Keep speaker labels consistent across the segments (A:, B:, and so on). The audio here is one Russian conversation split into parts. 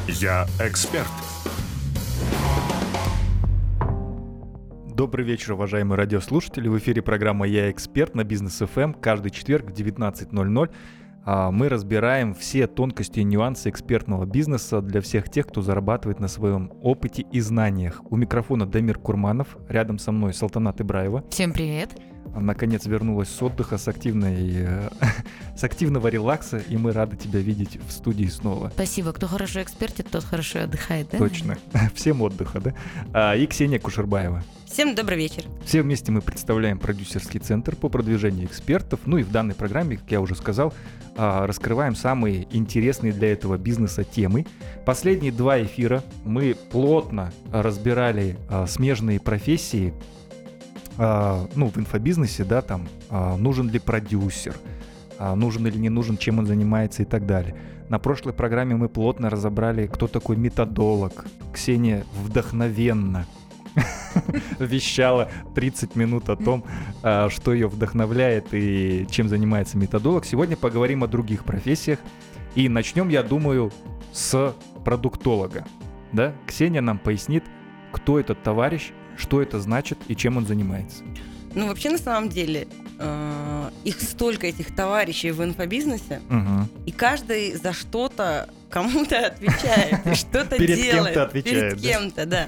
A: Я эксперт.
B: Добрый вечер, уважаемые радиослушатели. В эфире программа «Я эксперт» на Бизнес ФМ. Каждый четверг в 19:00 мы разбираем все тонкости и нюансы экспертного бизнеса для всех тех, кто зарабатывает на своем опыте и знаниях. У микрофона Дамир Курманов, рядом со мной Салтанат Ибраева.
C: Всем привет.
B: Наконец вернулась с отдыха, с активного релакса, и мы рады тебя видеть в студии снова.
C: Спасибо. Кто хорошо экспертит, тот хорошо отдыхает, да?
B: Точно. Всем отдыха, да? И Ксения Кушербаева.
D: Всем добрый вечер.
B: Все вместе мы представляем продюсерский центр по продвижению экспертов. Ну и в данной программе, как я уже сказал, раскрываем самые интересные для этого бизнеса темы. Последние 2 эфира мы плотно разбирали смежные профессии, в инфобизнесе, да, там, нужен ли продюсер, нужен или не нужен, чем он занимается и так далее. На прошлой программе мы плотно разобрали, кто такой методолог. Ксения вдохновенно вещала 30 минут о том, что ее вдохновляет и чем занимается методолог. Сегодня поговорим о других профессиях. И начнем, я думаю, с продуктолога. Да? Ксения нам пояснит, кто этот товарищ, что это значит и чем он занимается.
D: Ну, вообще, на самом деле, их столько, этих товарищей в инфобизнесе, и каждый за что-то кому-то отвечает, и что-то делает.
B: Перед кем-то отвечает.
D: Перед кем-то, да.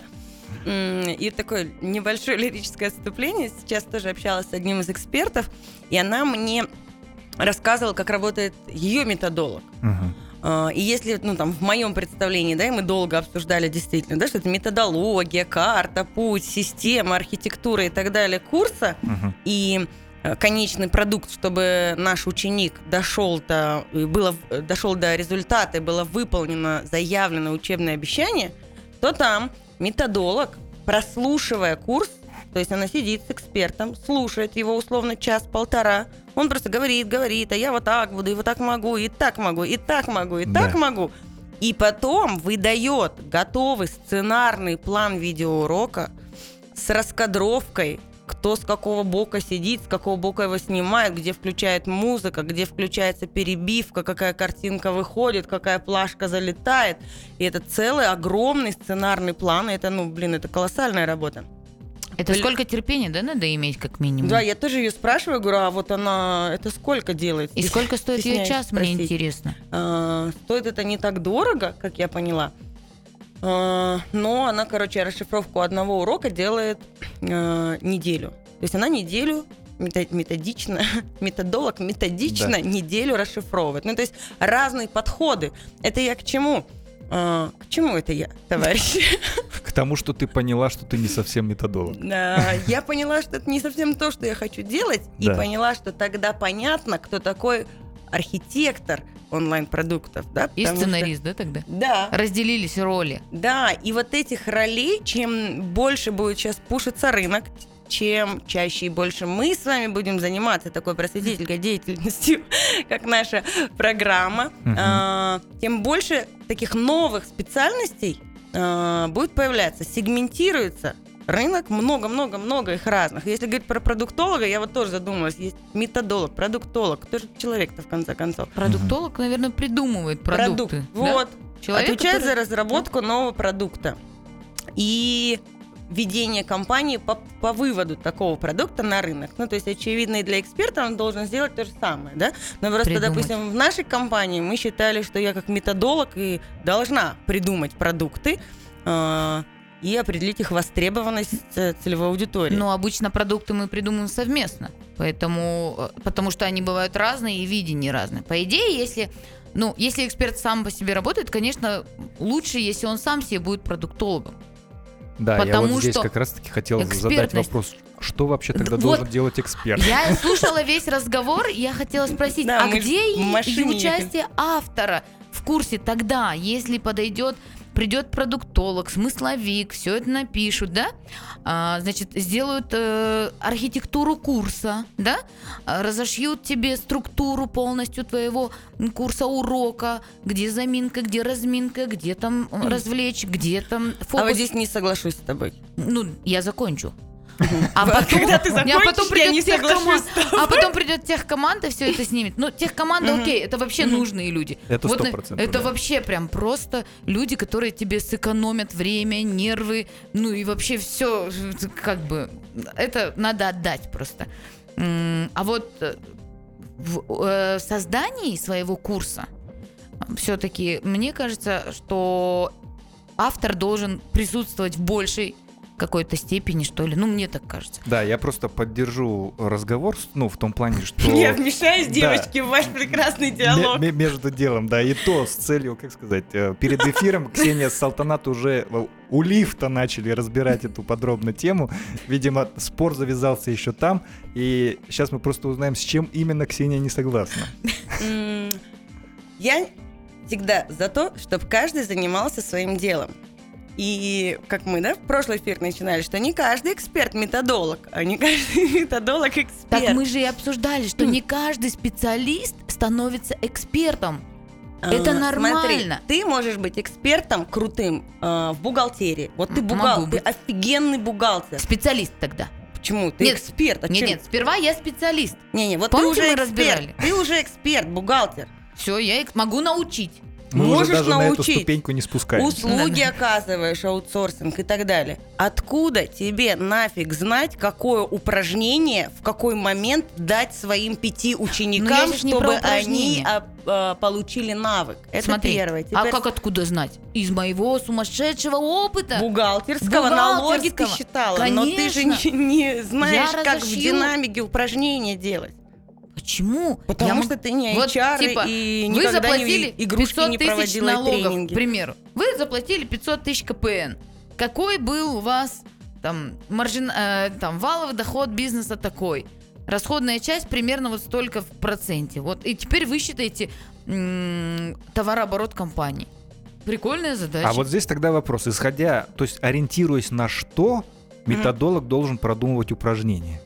D: И такое небольшое лирическое отступление. Сейчас тоже общалась с одним из экспертов, и она мне рассказывала, как работает ее методолог. И если, в моем представлении, да, и мы долго обсуждали действительно, да, что это методология, карта, путь, система, архитектура и так далее курса, и конечный продукт, чтобы наш ученик дошел до результата и было выполнено заявленное учебное обещание, то там методолог, прослушивая курс, то есть она сидит с экспертом, слушает его условно час-полтора, он просто говорит, а я вот так буду, и вот так могу, и так могу, и так могу, и так могу. И потом выдает готовый сценарный план видеоурока с раскадровкой, кто с какого бока сидит, с какого бока его снимает, где включает музыка, где включается перебивка, какая картинка выходит, какая плашка залетает. И это целый огромный сценарный план, и это, это колоссальная работа.
C: Это сколько терпения, да, надо иметь как минимум?
D: Да, я тоже ее спрашиваю, говорю, а вот она, это сколько делает?
C: И сколько стоит ее час, мне интересно.
D: Стоит это не так дорого, как я поняла, но она, расшифровку одного урока делает неделю. То есть она неделю методолог методично неделю расшифровывает. То есть разные подходы. Это я к чему? К чему это я, товарищи?
B: К тому, что ты поняла, что ты не совсем методолог.
D: Я поняла, что это не совсем то, что я хочу делать, и поняла, что тогда понятно, кто такой архитектор онлайн-продуктов. Да?
C: И сценарист, да, тогда?
D: Да.
C: Разделились роли.
D: Да, и вот этих ролей, чем больше будет сейчас пушиться рынок, чем чаще и больше мы с вами будем заниматься такой просветительской деятельностью, как наша программа, тем больше таких новых специальностей будет появляться, сегментируется рынок, много-много-много их разных. Если говорить про продуктолога, я вот тоже задумалась, есть методолог, продуктолог, кто же человек-то в конце концов?
C: Продуктолог, наверное, придумывает продукты.
D: Вот,
C: человек,
D: отвечает за разработку нового продукта и ведение компании по выводу такого продукта на рынок. То есть, очевидно, и для эксперта он должен сделать то же самое, да? Но просто, допустим, в нашей компании мы считали, что я как методолог и должна придумать продукты и определить их востребованность целевой аудитории.
C: Но обычно продукты мы придумываем совместно, потому что они бывают разные и видения разные. По идее, если эксперт сам по себе работает, конечно, лучше, если он сам себе будет продуктологом.
B: Да, я вот здесь как раз-таки хотел задать вопрос, что вообще тогда должен делать эксперт?
C: Я слушала весь разговор, я хотела спросить, где участие автора в курсе тогда, если придет продуктолог, смысловик, все это напишут, да? Сделают архитектуру курса, да? Разошьют тебе структуру полностью твоего курса урока, где заминка, где разминка, где там развлечь, где там фокус.
D: А вот здесь не соглашусь с тобой.
C: Я закончу. А потом,
D: когда ты закончишь, я не соглашусь.
C: А потом придет техкоманда, все это снимет. Ну, техкоманда, окей, это вообще нужные люди.
B: Это 100%.
C: Это вообще прям просто люди, которые тебе сэкономят время, нервы, ну и вообще все, как бы, это надо отдать просто. А вот в создании своего курса все-таки мне кажется, что автор должен присутствовать в большей какой-то степени, что ли. Ну, мне так кажется.
B: Да, я просто поддержу разговор, ну, в том плане, что...
D: Я вмешаюсь, девочки, в ваш прекрасный диалог.
B: Между делом, да, и то с целью, как сказать, перед эфиром Ксения с Салтанат уже у лифта начали разбирать эту подробно тему. Видимо, спор завязался еще там, и сейчас мы просто узнаем, с чем именно Ксения не согласна.
D: Я всегда за то, чтобы каждый занимался своим делом. И как мы, да, в прошлый эфир начинали, что не каждый эксперт методолог, а не каждый методолог эксперт.
C: Так мы же и обсуждали, что не каждый специалист становится экспертом. Это нормально.
D: Смотри, ты можешь быть экспертом крутым в бухгалтерии. Вот ты бухгалтер, ты офигенный бухгалтер.
C: Специалист тогда.
D: Почему? Ты эксперт.
C: Нет, сперва я специалист.
D: Вот
C: помните,
D: ты уже
C: мы разбирали?
D: Ты уже эксперт, бухгалтер.
C: Все, я могу научить.
B: Мы
D: можешь
B: уже даже
D: научить.
B: на эту ступеньку не спускаемся.
D: Услуги оказываешь, аутсорсинг и так далее. Откуда тебе нафиг знать, какое упражнение в какой момент дать своим 5 ученикам, чтобы они получили навык? Это
C: Смотри,
D: первое.
C: А как откуда знать? Из моего сумасшедшего опыта.
D: Бухгалтерского, налоги ты считала.
C: Конечно.
D: Но ты же не знаешь, как в динамике упражнения делать.
C: Почему?
D: Потому что ты не HR,
C: типа,
D: и никогда игрушки не проводила
C: налогов,
D: тренинги.
C: К примеру. Вы заплатили 500 тысяч КПН. Какой был у вас там валовый доход бизнеса такой? Расходная часть примерно вот столько в проценте. Вот, и теперь вы считаете товарооборот компании. Прикольная задача.
B: А вот здесь тогда вопрос. Исходя, то есть ориентируясь на что, методолог должен продумывать упражнения?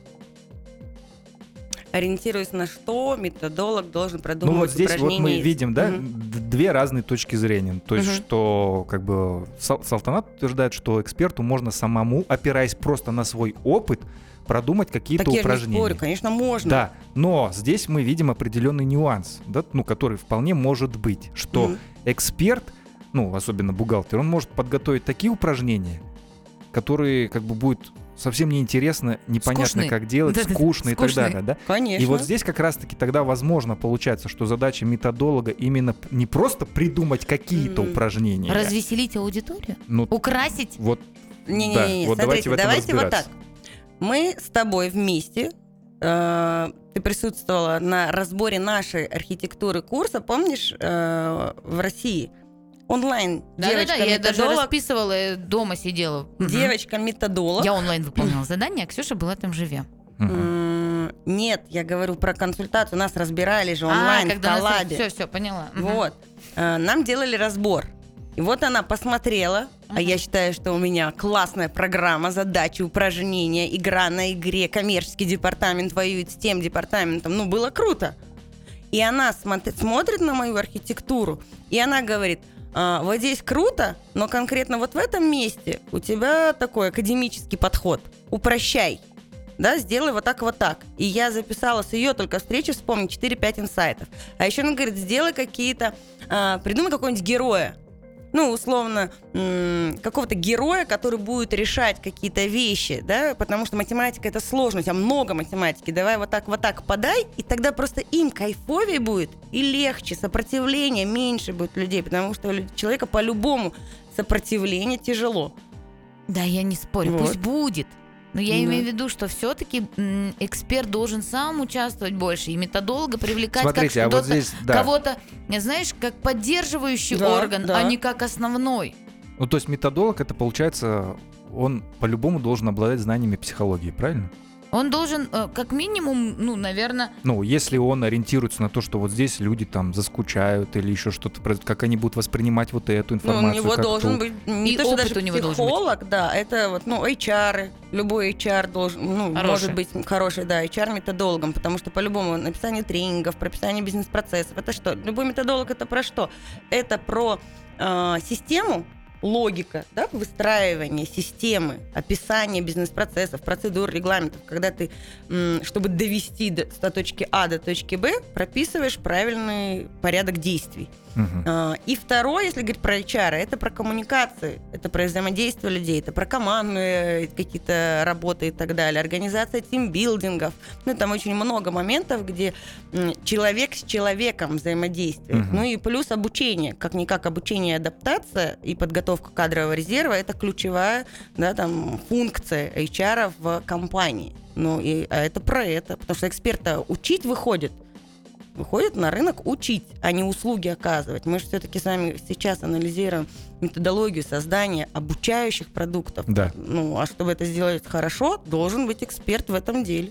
D: Ориентируясь на что, методолог должен продумывать
B: ну вот здесь
D: упражнения.
B: Вот мы видим, да, две разные точки зрения. То есть, что как бы Салтанат утверждает, что эксперту можно самому, опираясь просто на свой опыт, продумать какие-то упражнения. Так я не спорю,
D: конечно, можно.
B: Да, но здесь мы видим определенный нюанс, да, ну, который вполне может быть, что эксперт, ну, особенно бухгалтер, он может подготовить такие упражнения, которые как бы будут совсем неинтересно, непонятно,
C: скучный.
B: Как делать, скучно и так далее. Да?
D: Конечно.
B: И вот здесь как раз-таки тогда возможно получается, что задача методолога именно не просто придумать какие-то упражнения.
C: Развеселить аудиторию? Украсить?
B: Вот,
D: не-не-не,
B: вот
D: смотрите, давайте вот так. Мы с тобой вместе, ты присутствовала на разборе нашей архитектуры курса, помнишь, в России? Онлайн девочка-методолог.
C: Я даже расписывала, дома сидела.
D: Девочка-методолог.
C: Я онлайн выполняла задание, а Ксюша была там живя.
D: Нет, я говорю про консультацию. Нас разбирали же онлайн в коллабе.
C: Все, поняла.
D: Вот. Нам делали разбор. И вот она посмотрела, а я считаю, что у меня классная программа, задачи, упражнения, игра на игре, коммерческий департамент воюет с тем департаментом. Ну, было круто. И она смотрит на мою архитектуру, и она говорит: вот здесь круто, но конкретно вот в этом месте у тебя такой академический подход. Упрощай. Да, сделай вот так, вот так. И я записала с ее только встречи, вспомни, 4-5 инсайтов. А еще она говорит: сделай какие-то, придумай какого-нибудь героя. Ну, условно, какого-то героя, который будет решать какие-то вещи, да, потому что математика — это сложно, у тебя много математики, давай вот так подай, и тогда просто им кайфовее будет и легче, сопротивление меньше будет людей, потому что у человека по-любому сопротивление тяжело.
C: Да, я не спорю, вот. Пусть будет. Но я имею в виду, что все-таки эксперт должен сам участвовать больше и методолога привлекать.
B: Смотрите,
C: как
B: вот здесь,
C: кого-то, знаешь, как поддерживающий орган, а не как основной.
B: Ну, то есть методолог, это получается, он по-любому должен обладать знаниями психологии, правильно?
C: Он должен, как минимум, ну, наверное...
B: Ну, если он ориентируется на то, что вот здесь люди там заскучают или еще что-то, как они будут воспринимать вот эту информацию.
D: Ну, у него должен быть, не
C: и
D: то, что
C: опыт
D: даже
C: у него
D: психолог, да, это вот, ну, HR, любой HR должен, ну, может быть хороший, да, HR-методологом, потому что по-любому написание тренингов, прописание бизнес-процессов, это что? Любой методолог — это про что? Это про систему, логика, да, выстраивания системы, описания бизнес-процессов, процедур, регламентов, когда ты, чтобы довести до точки А до точки Б, прописываешь правильный порядок действий. И второе, если говорить про HR, это про коммуникации, это про взаимодействие людей, это про командные какие-то работы и так далее, организация тимбилдингов. Ну, там очень много моментов, где человек с человеком взаимодействует. Ну и плюс обучение, как-никак обучение и адаптация и подготовка кадрового резерва, это ключевая, да, там, функция HR в компании. Ну, а это про это, потому что эксперта учить выходит на рынок учить, а не услуги оказывать. Мы же все-таки с вами сейчас анализируем методологию создания обучающих продуктов.
B: Да.
D: Ну, а чтобы это сделать хорошо, должен быть эксперт в этом деле.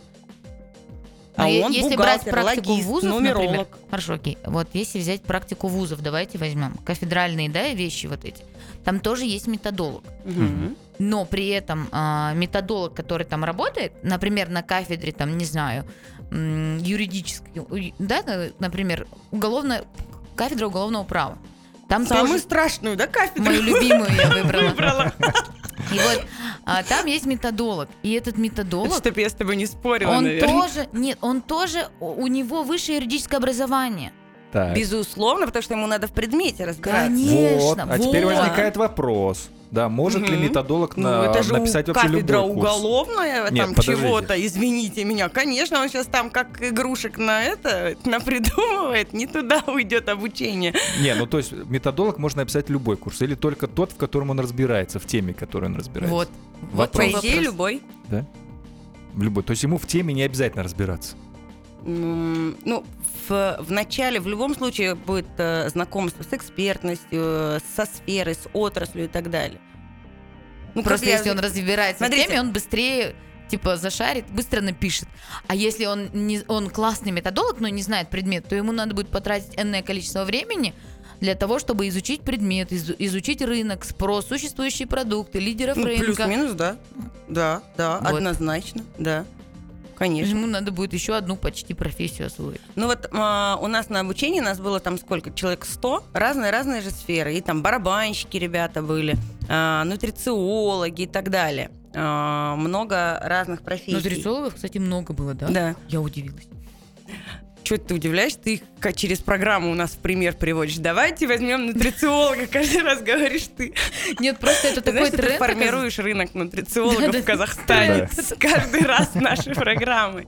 C: А он если бухгалтер, брать практику
D: логист,
C: вузов,
D: нумеролог.
C: Например, хорошо, окей. Вот если взять практику вузов, давайте возьмем кафедральные, да, вещи вот эти. Там тоже есть методолог. Но при этом методолог, который там работает, например, на кафедре, там, не знаю, юридической, да, например, кафедра уголовного права. Там
D: самую
C: тоже
D: страшную, да, кафедру?
C: Мою любимую я выбрала. И вот там есть методолог. И этот методолог... Это
D: чтобы я с тобой не спорила,
C: он
D: наверное.
C: Он тоже, у него высшее юридическое образование.
B: Так.
D: Безусловно, потому что ему надо в предмете разбираться.
C: Конечно.
B: Вот. Теперь возникает вопрос. Да, может ли методолог написать вообще любой курс?
D: Кафедра уголовная, там чего-то, извините меня. Конечно, он сейчас там как игрушек напридумывает, не туда уйдет обучение.
B: Не, ну то есть методолог может написать любой курс, или только тот, в котором он разбирается, в теме, в которой он разбирается?
C: Вот.
D: По идее, любой.
B: Да? Любой. То есть ему в теме не обязательно разбираться?
D: Ну, в начале в любом случае будет знакомство с экспертностью, со сферой, с отраслью и так далее.
C: Ну, просто если он разбирается в теме, он быстрее зашарит, быстро напишет. А если он классный методолог, но не знает предмет, то ему надо будет потратить энное количество времени для того, чтобы изучить предмет, изучить рынок, спрос, существующие продукты, лидеров рынка.
D: Плюс-минус, да. Да, вот. Однозначно, да. Конечно.
C: Ему надо будет еще одну почти профессию освоить.
D: Ну вот у нас на обучении нас было там сколько? Человек 100, разные же сферы. И там барабанщики ребята были, нутрициологи и так далее. Много разных профессий.
C: Нутрициологов, кстати, много было, да?
D: Да.
C: Я удивилась.
D: Чего ты удивляешься? Ты их через программу у нас в пример приводишь. Давайте возьмем нутрициолога, каждый раз говоришь ты.
C: Нет, просто это такой тренд.
D: Ты формируешь рынок нутрициологов в Казахстане каждый раз нашей программы.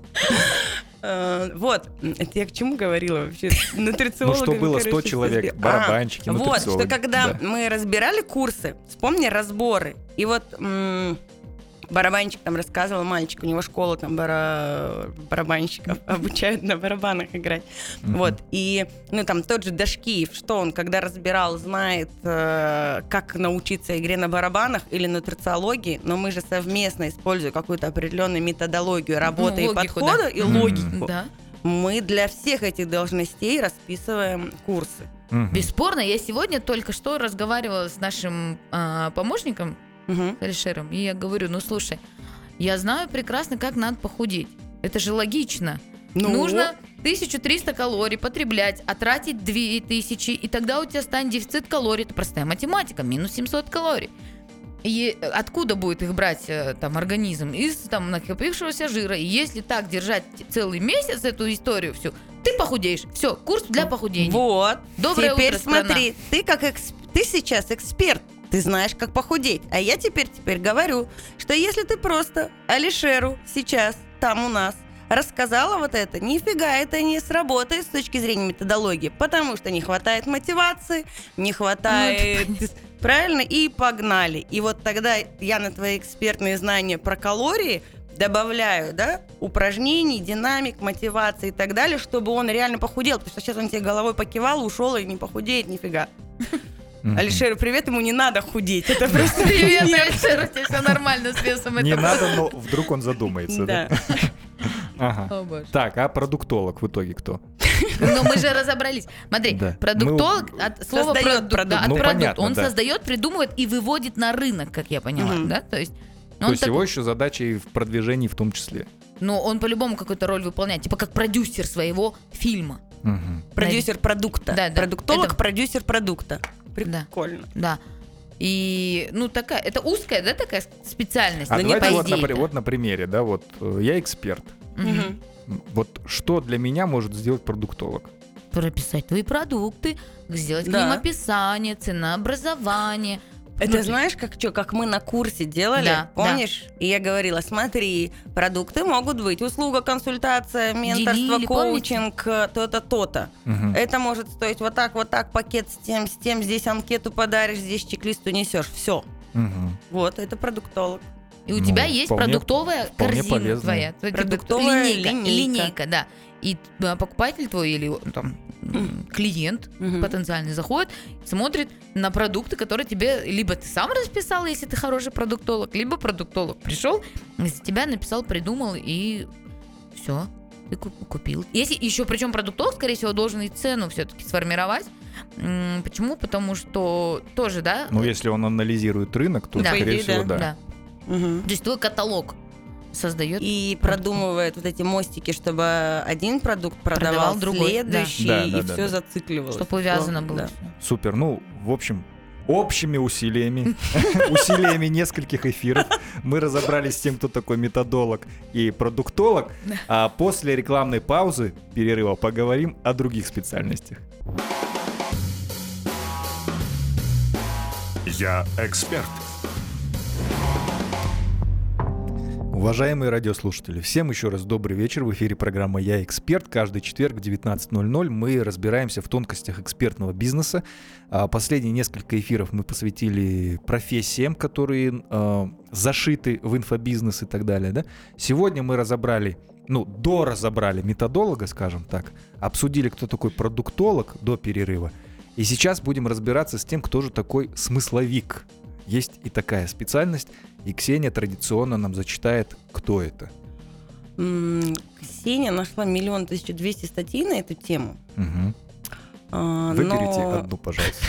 D: Вот, это я к чему говорила вообще? Нутрициологи.
B: Ну, что было 100 человек, барабанщики, нутрициологи.
D: Вот, что когда мы разбирали курсы, вспомни разборы, и вот... Барабанщик там рассказывал, мальчик, у него школа там барабанщиков обучают на барабанах играть. Вот, и там тот же Дашкиев, что он, когда разбирал, знает, как научиться игре на барабанах или нутрициологии, но мы же совместно, используя какую-то определенную методологию работы и подхода, да? И логику, да. Мы для всех этих должностей расписываем курсы.
C: Бесспорно, я сегодня только что разговаривала с нашим помощником, с Алишером, и я говорю, слушай, я знаю прекрасно, как надо похудеть. Это же логично. Нужно 1300 калорий потреблять, а тратить 2000, и тогда у тебя станет дефицит калорий. Это простая математика, минус 700 калорий. И откуда будет их брать организм? Из накопившегося жира. И если так держать целый месяц эту историю всю, ты похудеешь. Все, курс для похудения.
D: Вот.
C: Доброе
D: теперь
C: утро, страна.
D: Смотри, ты сейчас эксперт. Ты знаешь, как похудеть. А я теперь говорю, что если ты просто Алишеру сейчас там у нас рассказала вот это, нифига это не сработает с точки зрения методологии, потому что не хватает мотивации, не хватает... Правильно? И погнали. И вот тогда я на твои экспертные знания про калории добавляю, да, упражнений, динамик, мотивации и так далее, чтобы он реально похудел, потому что сейчас он тебе головой покивал, ушел и не похудеет нифига. Алишеру, привет, ему не надо худеть. Это просто
C: привет, Алишер, у тебя все нормально с весом.
B: Не надо, но вдруг он задумается. Да. Ага. Так, а продуктолог в итоге кто?
C: Ну, мы же разобрались. Смотри, продуктолог от слова продукт. Он создает, придумывает и выводит на рынок, как я поняла, да? То есть
B: его еще задача и в продвижении в том числе.
C: Но он по-любому какую-то роль выполняет, типа как продюсер своего фильма.
D: Продюсер продукта. Продуктолог, продюсер продукта. Прикольно.
C: Да. И, такая, это узкая, да, такая специальность?
B: А давайте вот на примере, да, вот я эксперт. Вот что для меня может сделать продуктолог?
C: Прописать твои продукты, сделать к ним описание, ценообразование.
D: Это знаешь, как мы на курсе делали, помнишь? Да. И я говорила, смотри, продукты могут быть услуга, консультация, менторство, коучинг, то-то, то-то. Угу. Это может стоить вот так, пакет с тем, здесь анкету подаришь, здесь чек-лист унесешь, все. Угу. Вот, это продуктолог.
C: И у тебя есть продуктовая корзина твоя,
D: продуктовая
C: линейка, да. И покупатель твой или там клиент потенциальный заходит, смотрит на продукты, которые тебе либо ты сам расписал, если ты хороший продуктолог, либо продуктолог пришел, за тебя написал, придумал и все, ты купил. Если еще, причем продуктолог, скорее всего, должен и цену все-таки сформировать. Почему? Потому что тоже, да?
B: Ну, если он анализирует рынок, то, скорее всего, да.
C: Угу. То есть твой каталог создает
D: и продумывает вот эти мостики, чтобы один продукт продавал другой, следующий, и все зацикливалось.
C: Чтобы увязано было. Да.
B: Супер. Ну, в общем, общими усилиями нескольких эфиров мы разобрались с тем, кто такой методолог и продуктолог. А после рекламной паузы, перерыва, поговорим о других специальностях.
A: Я эксперт.
B: Уважаемые радиослушатели, всем еще раз добрый вечер. В эфире программа «Я эксперт». Каждый четверг в 19:00 мы разбираемся в тонкостях экспертного бизнеса. Последние несколько эфиров мы посвятили профессиям, которые зашиты в инфобизнес и так далее. Да? Сегодня мы доразобрали методолога, скажем так, обсудили, кто такой продуктолог до перерыва. И сейчас будем разбираться с тем, кто же такой смысловик. Есть и такая специальность, и Ксения традиционно нам зачитает, кто это.
D: Ксения нашла 1 200 000 статей на эту тему.
B: Угу. Выберите одну, пожалуйста.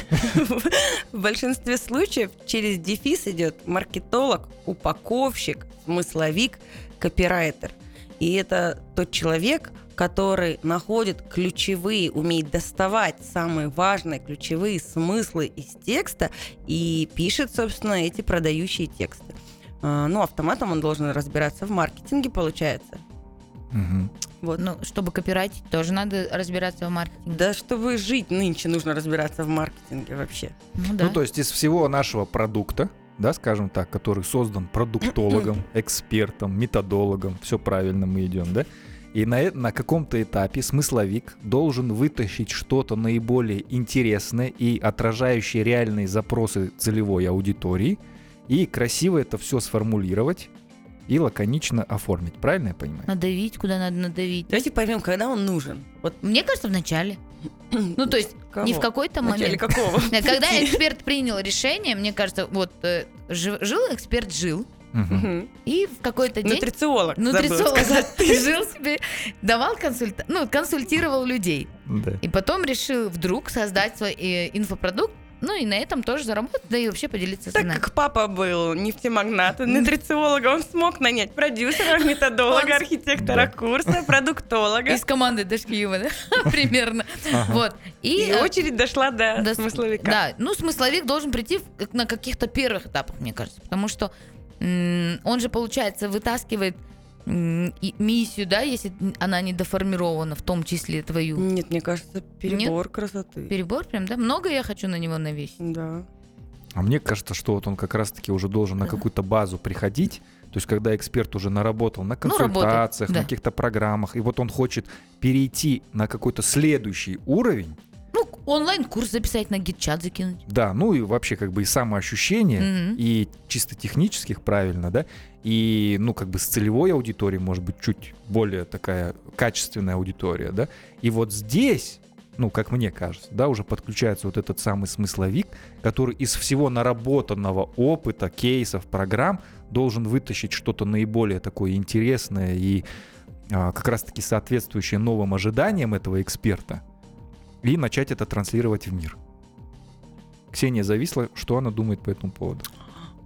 D: В большинстве случаев через дефис идет маркетолог, упаковщик, смысловик, копирайтер. И это тот человек, который находит ключевые, умеет доставать самые важные ключевые смыслы из текста и пишет, собственно, эти продающие тексты. Автоматом он должен разбираться в маркетинге, получается.
B: Угу.
C: Вот. Чтобы копирайтить, тоже надо разбираться в маркетинге.
D: Да, чтобы жить нынче, нужно разбираться в маркетинге вообще.
B: То есть из всего нашего продукта, да, скажем так, который создан продуктологом, экспертом, методологом, все правильно мы идем, да? И на каком-то этапе смысловик должен вытащить что-то наиболее интересное и отражающее реальные запросы целевой аудитории и красиво это все сформулировать и лаконично оформить. Правильно я понимаю?
C: Надавить, куда надо надавить.
D: Давайте поймем, когда он нужен.
C: Вот. Мне кажется, в начале. То есть не в какой-то момент.
D: В начале какого?
C: Когда эксперт принял решение, мне кажется, вот эксперт жил, и в какой-то день...
D: Нутрициолог
C: жил себе, давал консультировал людей.
B: Да.
C: И потом решил вдруг создать свой инфопродукт, и на этом тоже заработать, да и вообще поделиться с нами.
D: Так как папа был нефтемагнатом, нутрициолога, он смог нанять продюсера, методолога, архитектора курса, продуктолога.
C: Из команды Дашкиева, да? Примерно. Вот.
D: И очередь дошла до смысловика.
C: Да, смысловик должен прийти на каких-то первых этапах, мне кажется, потому что он же, получается, вытаскивает миссию, да, если она не доформирована, в том числе твою.
D: Нет, мне кажется, перебор красоты.
C: Перебор прям, да? Много я хочу на него навесить.
D: Да.
B: А мне кажется, что вот он как раз-таки уже должен на какую-то базу приходить, то есть когда эксперт уже наработал на консультациях, на каких-то программах, и вот он хочет перейти на какой-то следующий уровень.
C: Онлайн-курс записать, на гид-чат закинуть.
B: Да, и вообще как бы и самоощущение, и чисто технических, правильно, да, и, с целевой аудиторией, может быть, чуть более такая качественная аудитория, да, и вот здесь, как мне кажется, да, уже подключается вот этот самый смысловик, который из всего наработанного опыта, кейсов, программ должен вытащить что-то наиболее такое интересное и как раз-таки соответствующее новым ожиданиям этого эксперта, и начать это транслировать в мир. Ксения зависла, что она думает по этому поводу?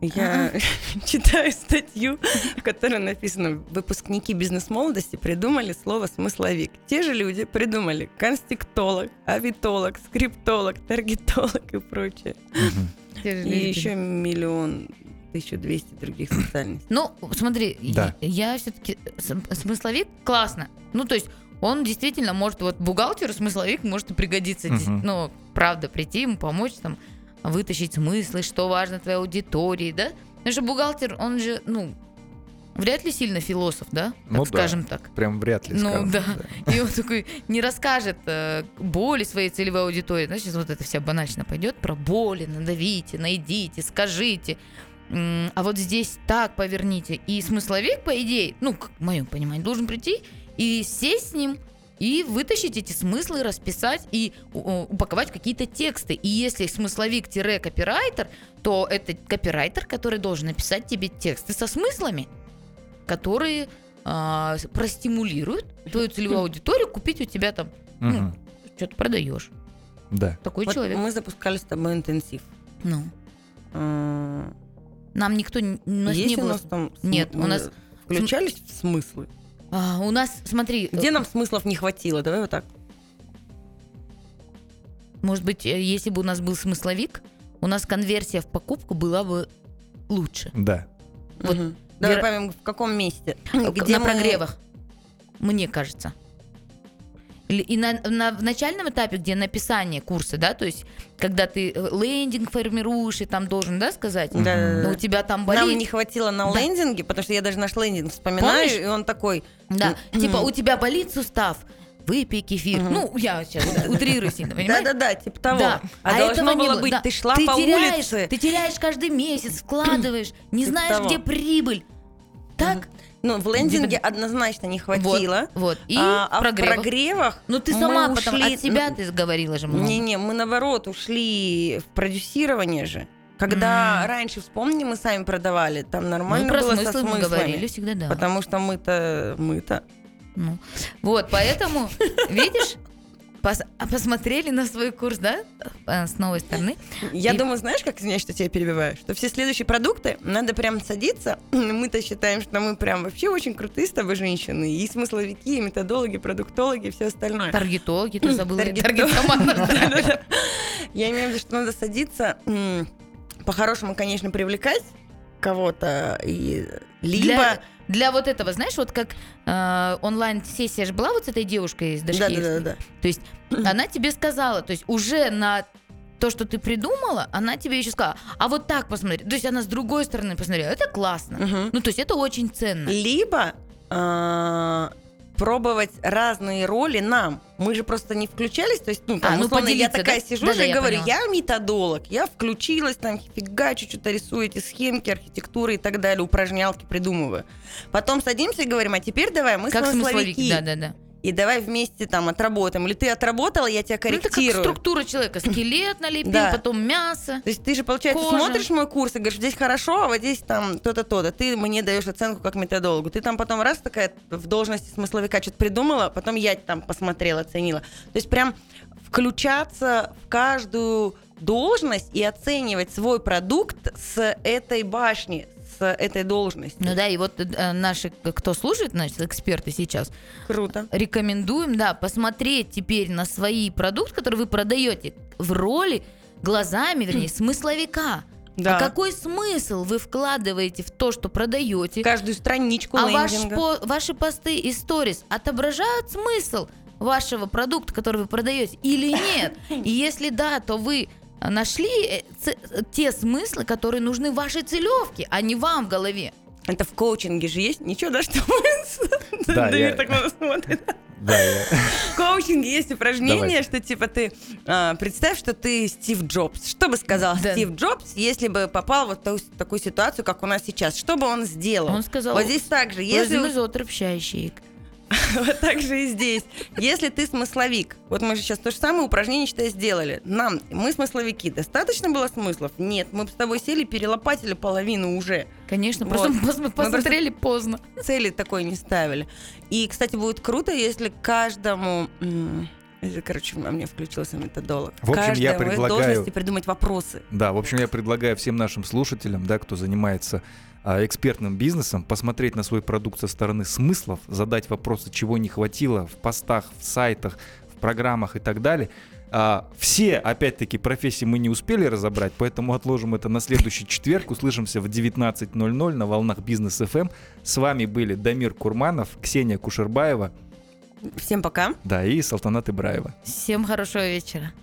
D: Я читаю статью, в которой написано: выпускники бизнес-молодости придумали слово «смысловик». Те же люди придумали конструктолог, авитолог, скриптолог, таргетолог и прочее. И еще 1 1200 других специальностей.
C: Ну, смотри, я все-таки смысловик классно. Ну, то есть он действительно может, вот бухгалтеру смысловик может и пригодиться. Ну, правда, прийти ему помочь там вытащить смыслы, что важно твоей аудитории, да? Потому что бухгалтер, он же, вряд ли сильно философ, да? Так, скажем так.
B: Прям вряд ли, скажем.
C: Да. И он такой не расскажет боли своей целевой аудитории. Значит, вот это вся банальщина пойдет про боли, надавите, найдите, скажите. А вот здесь так поверните. И смысловик, по идее, как в моем понимании, должен прийти и сесть с ним, и вытащить эти смыслы, расписать и упаковать в какие-то тексты. И если смысловик-копирайтер, то это копирайтер, который должен написать тебе тексты со смыслами, которые простимулируют твою целевую аудиторию купить у тебя там, что-то продаешь.
B: Да.
C: Такой человек.
D: Мы запускали с тобой интенсив.
C: Нам никто... У нас
D: есть
C: не было...
D: у нас там...
C: Нет, у нас...
D: Включались в смыслы?
C: У нас, смотри...
D: Где нам смыслов не хватило? Давай вот так.
C: Может быть, если бы у нас был смысловик, у нас конверсия в покупку была бы лучше.
B: Да.
C: Вот
D: Давай поймем, в каком месте.
C: Где на прогревах, мне кажется. И в начальном этапе, где написание курса, да, то есть, когда ты лендинг формируешь и там должен, да, сказать,
D: да.
C: У тебя там болит.
D: Нам не хватило на лендинге, потому что я даже наш лендинг вспоминаю,
C: помнишь?
D: И он такой...
C: Да, типа у тебя болит сустав, выпей кефир. Я сейчас утрирую сильно, понимаешь?
D: Да, типа того.
C: Да.
D: А должно было быть, ты шла по улице.
C: Ты теряешь каждый месяц, вкладываешь, не знаешь, где прибыль. Так?
D: В лендинге однозначно не хватило.
C: Вот. И
D: в прогревах
C: ты сама потом от себя ты говорила же много.
D: Не, мы наоборот ушли в продюсирование же. Когда раньше, вспомни, мы сами продавали, там нормально было со смыслами.
C: Мы говорили всегда, да.
D: Потому что мы-то.
C: Вот, поэтому, видишь, посмотрели на свой курс, да, с новой стороны.
D: Я думаю, знаешь, как, извиняюсь, что тебя перебиваю, что все следующие продукты надо прям садиться. Мы-то считаем, что мы прям вообще очень крутые с тобой женщины. И смысловики, и методологи, продуктологи, и все остальное.
C: Таргетологи, ты забыла. Таргет-команда.
D: Я имею в виду, что надо садиться, по-хорошему, конечно, привлекать кого-то, и либо...
C: Для вот этого, знаешь, вот как онлайн-сессия же была вот с этой девушкой из дошки.
D: Да.
C: То есть она тебе сказала, то есть уже на то, что ты придумала, она тебе еще сказала, а вот так посмотри. То есть она с другой стороны посмотрела, это классно. То есть это очень ценно.
D: Либо пробовать разные роли нам. Мы же просто не включались, то есть, условно, я такая сижу и говорю, я методолог, я включилась, там, фигачу, что-то рисую эти схемки, архитектуры и так далее, упражнялки придумываю. Потом садимся и говорим, а теперь давай мы смысловики.
C: Да.
D: И давай вместе там отработаем. Или ты отработала, я тебя корректирую.
C: Это как структура человека. Скелет налепил, потом мясо,
D: то есть ты же, получается,
C: кожа.
D: смотришь мой курс и говоришь, здесь хорошо, а вот здесь там то-то, то-то. Ты мне даешь оценку как методологу. Ты там потом раз такая в должности смысловика что-то придумала, потом я там посмотрела, оценила. То есть прям включаться в каждую должность и оценивать свой продукт с этой башни, с этой должности.
C: И вот наши, кто слушает, эксперты сейчас,
D: круто,
C: рекомендуем, посмотреть теперь на свои продукты, которые вы продаете, в роли, глазами, вернее, смысловика.
D: Да.
C: А какой смысл вы вкладываете в то, что продаете?
D: Каждую страничку лендинга.
C: Ваши посты и сторис отображают смысл вашего продукта, который вы продаете, или нет? И если да, то вы нашли те смыслы, которые нужны вашей целевке, а не вам в голове.
D: Это в коучинге же есть? Ничего, да, что мы... Давид так на нас смотрит. В коучинге есть упражнение, что типа ты представь, что ты Стив Джобс. Что бы сказал Стив Джобс, если бы попал вот в такую ситуацию, как у нас сейчас? Что бы он сделал?
C: Он сказал,
D: вот здесь так же. Вот так же и здесь. Если ты смысловик, вот мы же сейчас то же самое упражнение, что сделали. Мы смысловики. Достаточно было смыслов? Нет. Мы с тобой сели, перелопатили половину уже.
C: Конечно, просто посмотрели поздно.
D: Цели такой не ставили. И, кстати, будет круто, если каждому Короче, во мне включился методолог.
B: В общем, я предлагаю...
D: должности придумать вопросы.
B: Да, в общем, я предлагаю всем нашим слушателям, да, кто занимается экспертным бизнесом, посмотреть на свой продукт со стороны смыслов, задать вопросы, чего не хватило в постах, в сайтах, в программах и так далее. Все, опять-таки, профессии мы не успели разобрать, поэтому отложим это на следующий четверг. Услышимся в 19:00 на волнах Бизнес ФМ. С вами были Дамир Курманов, Ксения Кушербаева.
D: Всем пока.
B: Да, и Салтанат Ибраева.
C: Всем хорошего вечера.